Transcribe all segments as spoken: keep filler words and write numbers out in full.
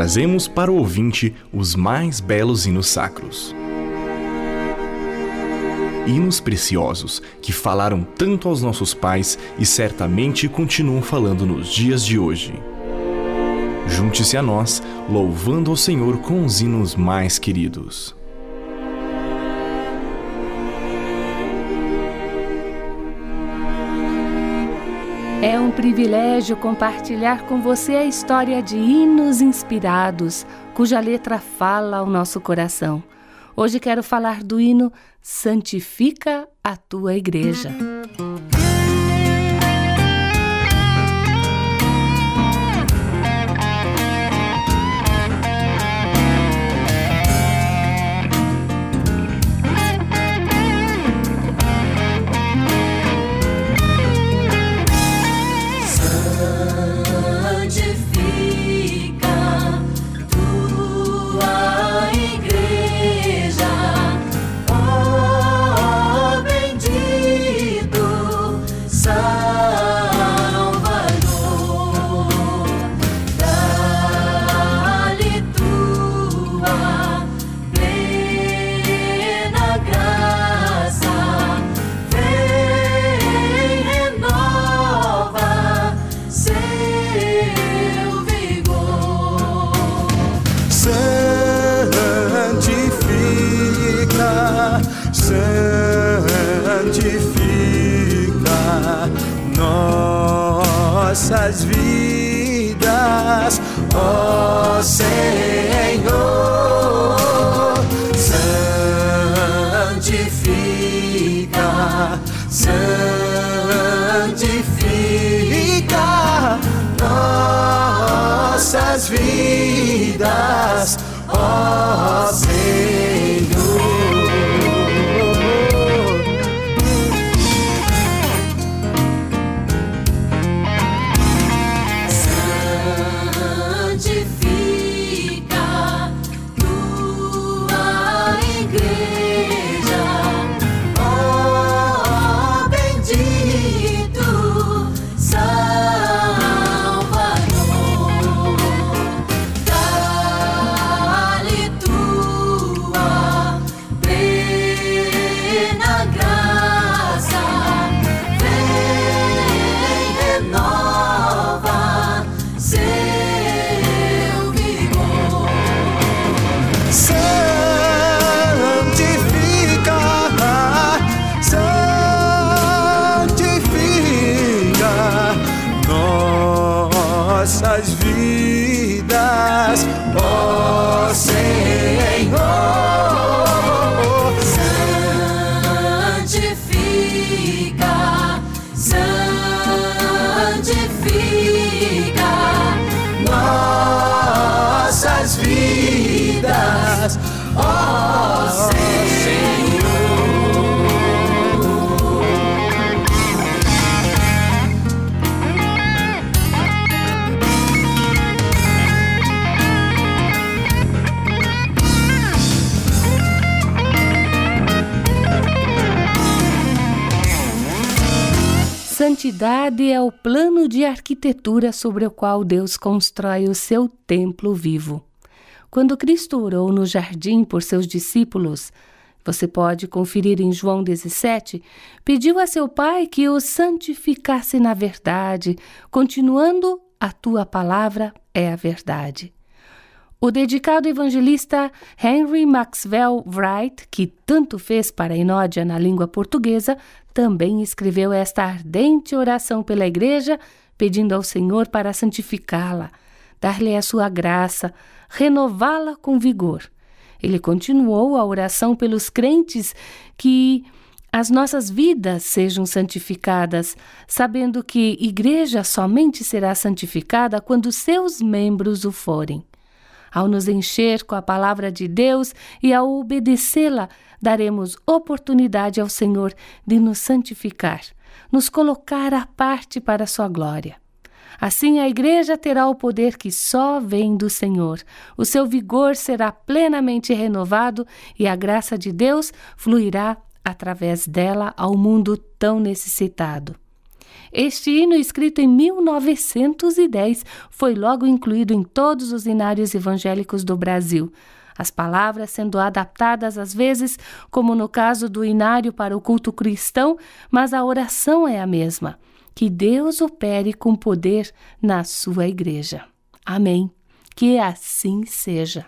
trazemos para o ouvinte os mais belos hinos sacros. Hinos preciosos que falaram tanto aos nossos pais e certamente continuam falando nos dias de hoje. Junte-se a nós, louvando ao Senhor com os hinos mais queridos. É um privilégio compartilhar com você a história de hinos inspirados, cuja letra fala ao nosso coração. Hoje quero falar do hino Santifica a Tua Igreja. Santifica nossas vidas, ó Senhor. Santifica, santifica nossas vidas, ó Senhor. Nossas vidas, ó Senhor. Santifica, santifica nossas vidas, ó Senhor. Santidade é o plano de arquitetura sobre o qual Deus constrói o seu templo vivo. Quando Cristo orou no jardim por seus discípulos, você pode conferir em João dezessete, pediu a seu Pai que o santificasse na verdade, continuando, a tua palavra é a verdade. O dedicado evangelista Henry Maxwell Wright, que tanto fez para a Inódia na língua portuguesa, também escreveu esta ardente oração pela Igreja, pedindo ao Senhor para santificá-la, dar-lhe a sua graça, renová-la com vigor. Ele continuou a oração pelos crentes que as nossas vidas sejam santificadas, sabendo que Igreja somente será santificada quando seus membros o forem. Ao nos encher com a palavra de Deus e ao obedecê-la, daremos oportunidade ao Senhor de nos santificar, nos colocar à parte para a sua glória. Assim, a Igreja terá o poder que só vem do Senhor. O seu vigor será plenamente renovado e a graça de Deus fluirá através dela ao mundo tão necessitado. Este hino, escrito em mil novecentos e dez, foi logo incluído em todos os inários evangélicos do Brasil. As palavras sendo adaptadas às vezes, como no caso do inário para o culto cristão, mas a oração é a mesma. Que Deus opere com poder na sua igreja. Amém. Que assim seja.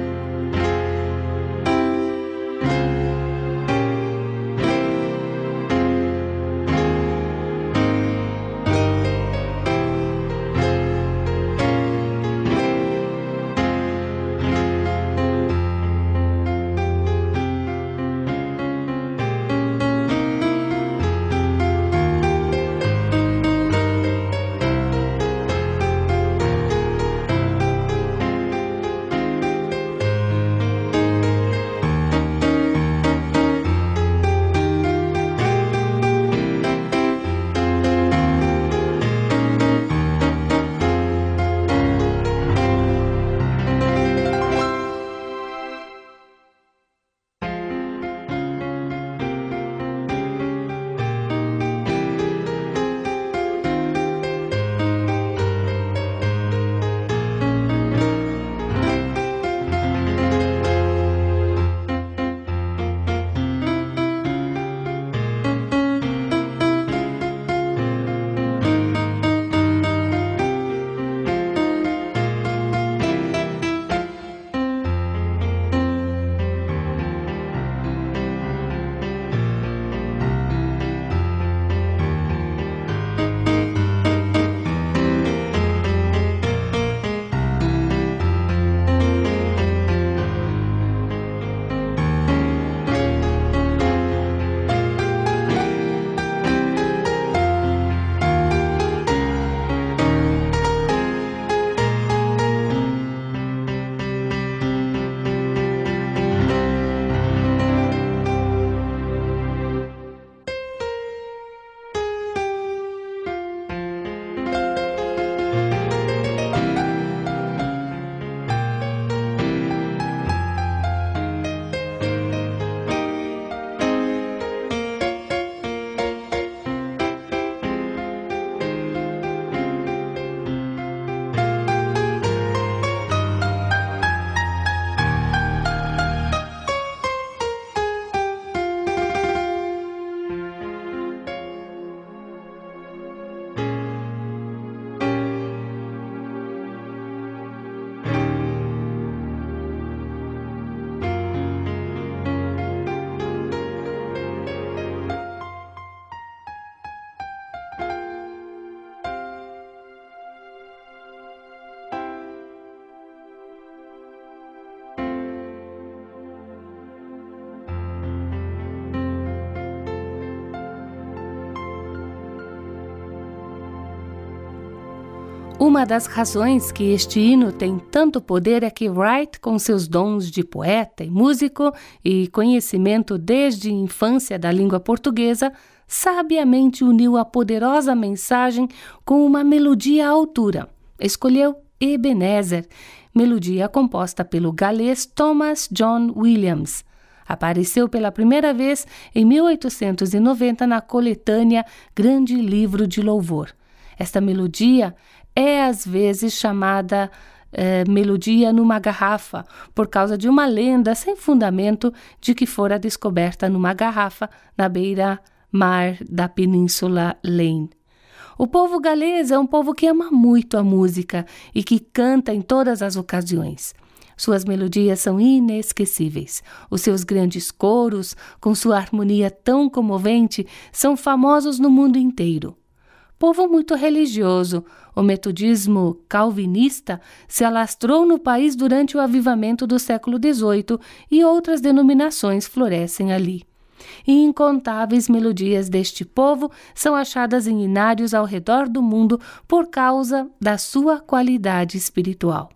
Uma das razões que este hino tem tanto poder é que Wright, com seus dons de poeta e músico e conhecimento desde a infância da língua portuguesa, sabiamente uniu a poderosa mensagem com uma melodia à altura. Escolheu Ebenezer, melodia composta pelo galês Thomas John Williams. Apareceu pela primeira vez em mil oitocentos e noventa na coletânea Grande Livro de Louvor. Esta melodia é às vezes chamada eh, melodia numa garrafa, por causa de uma lenda sem fundamento de que fora descoberta numa garrafa na beira-mar da Península Lane. O povo galês é um povo que ama muito a música e que canta em todas as ocasiões. Suas melodias são inesquecíveis. Os seus grandes coros, com sua harmonia tão comovente, são famosos no mundo inteiro. Povo muito religioso, o metodismo calvinista se alastrou no país durante o avivamento do século dezoito e outras denominações florescem ali. E incontáveis melodias deste povo são achadas em inários ao redor do mundo por causa da sua qualidade espiritual.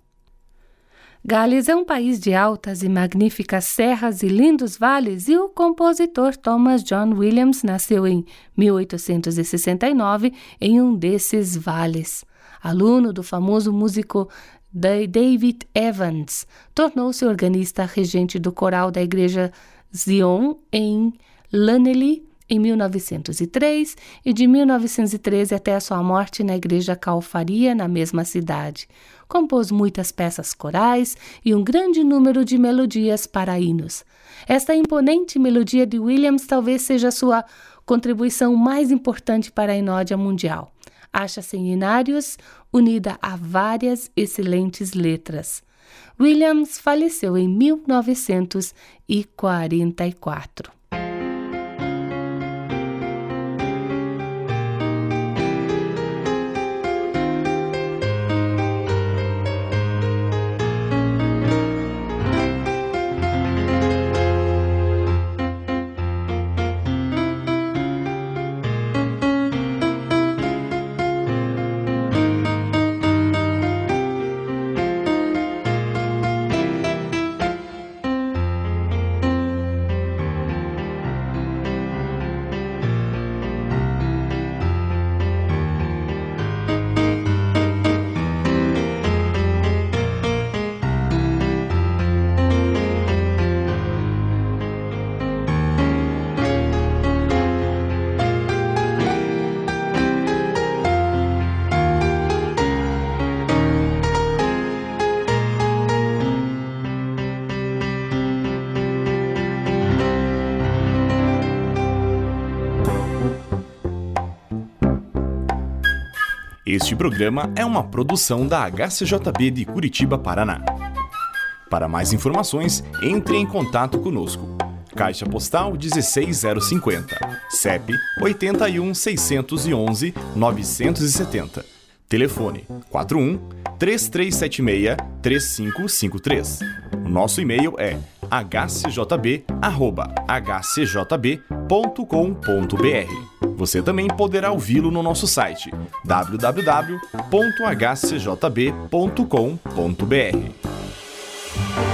Gales é um país de altas e magníficas serras e lindos vales, e o compositor Thomas John Williams nasceu em mil oitocentos e sessenta e nove em um desses vales. Aluno do famoso músico David Evans, tornou-se organista regente do coral da igreja Zion em Llanelly em mil novecentos e três e de mil novecentos e treze até a sua morte na Igreja Calfaria, na mesma cidade. Compôs muitas peças corais e um grande número de melodias para hinos. Esta imponente melodia de Williams talvez seja a sua contribuição mais importante para a inódia mundial. Acha-se em Hinários, unida a várias excelentes letras. Williams faleceu em mil novecentos e quarenta e quatro. Este programa é uma produção da H C J B de Curitiba, Paraná. Para mais informações, entre em contato conosco. Caixa Postal dezesseis zero cinquenta, C E P oito um, seis um um, nove sete zero, telefone quatro um, três três sete seis, três cinco cinco três. O nosso e-mail é h c j b arroba h c j b ponto com ponto b r. Você também poderá ouvi-lo no nosso site w w w ponto h c j b ponto com ponto b r.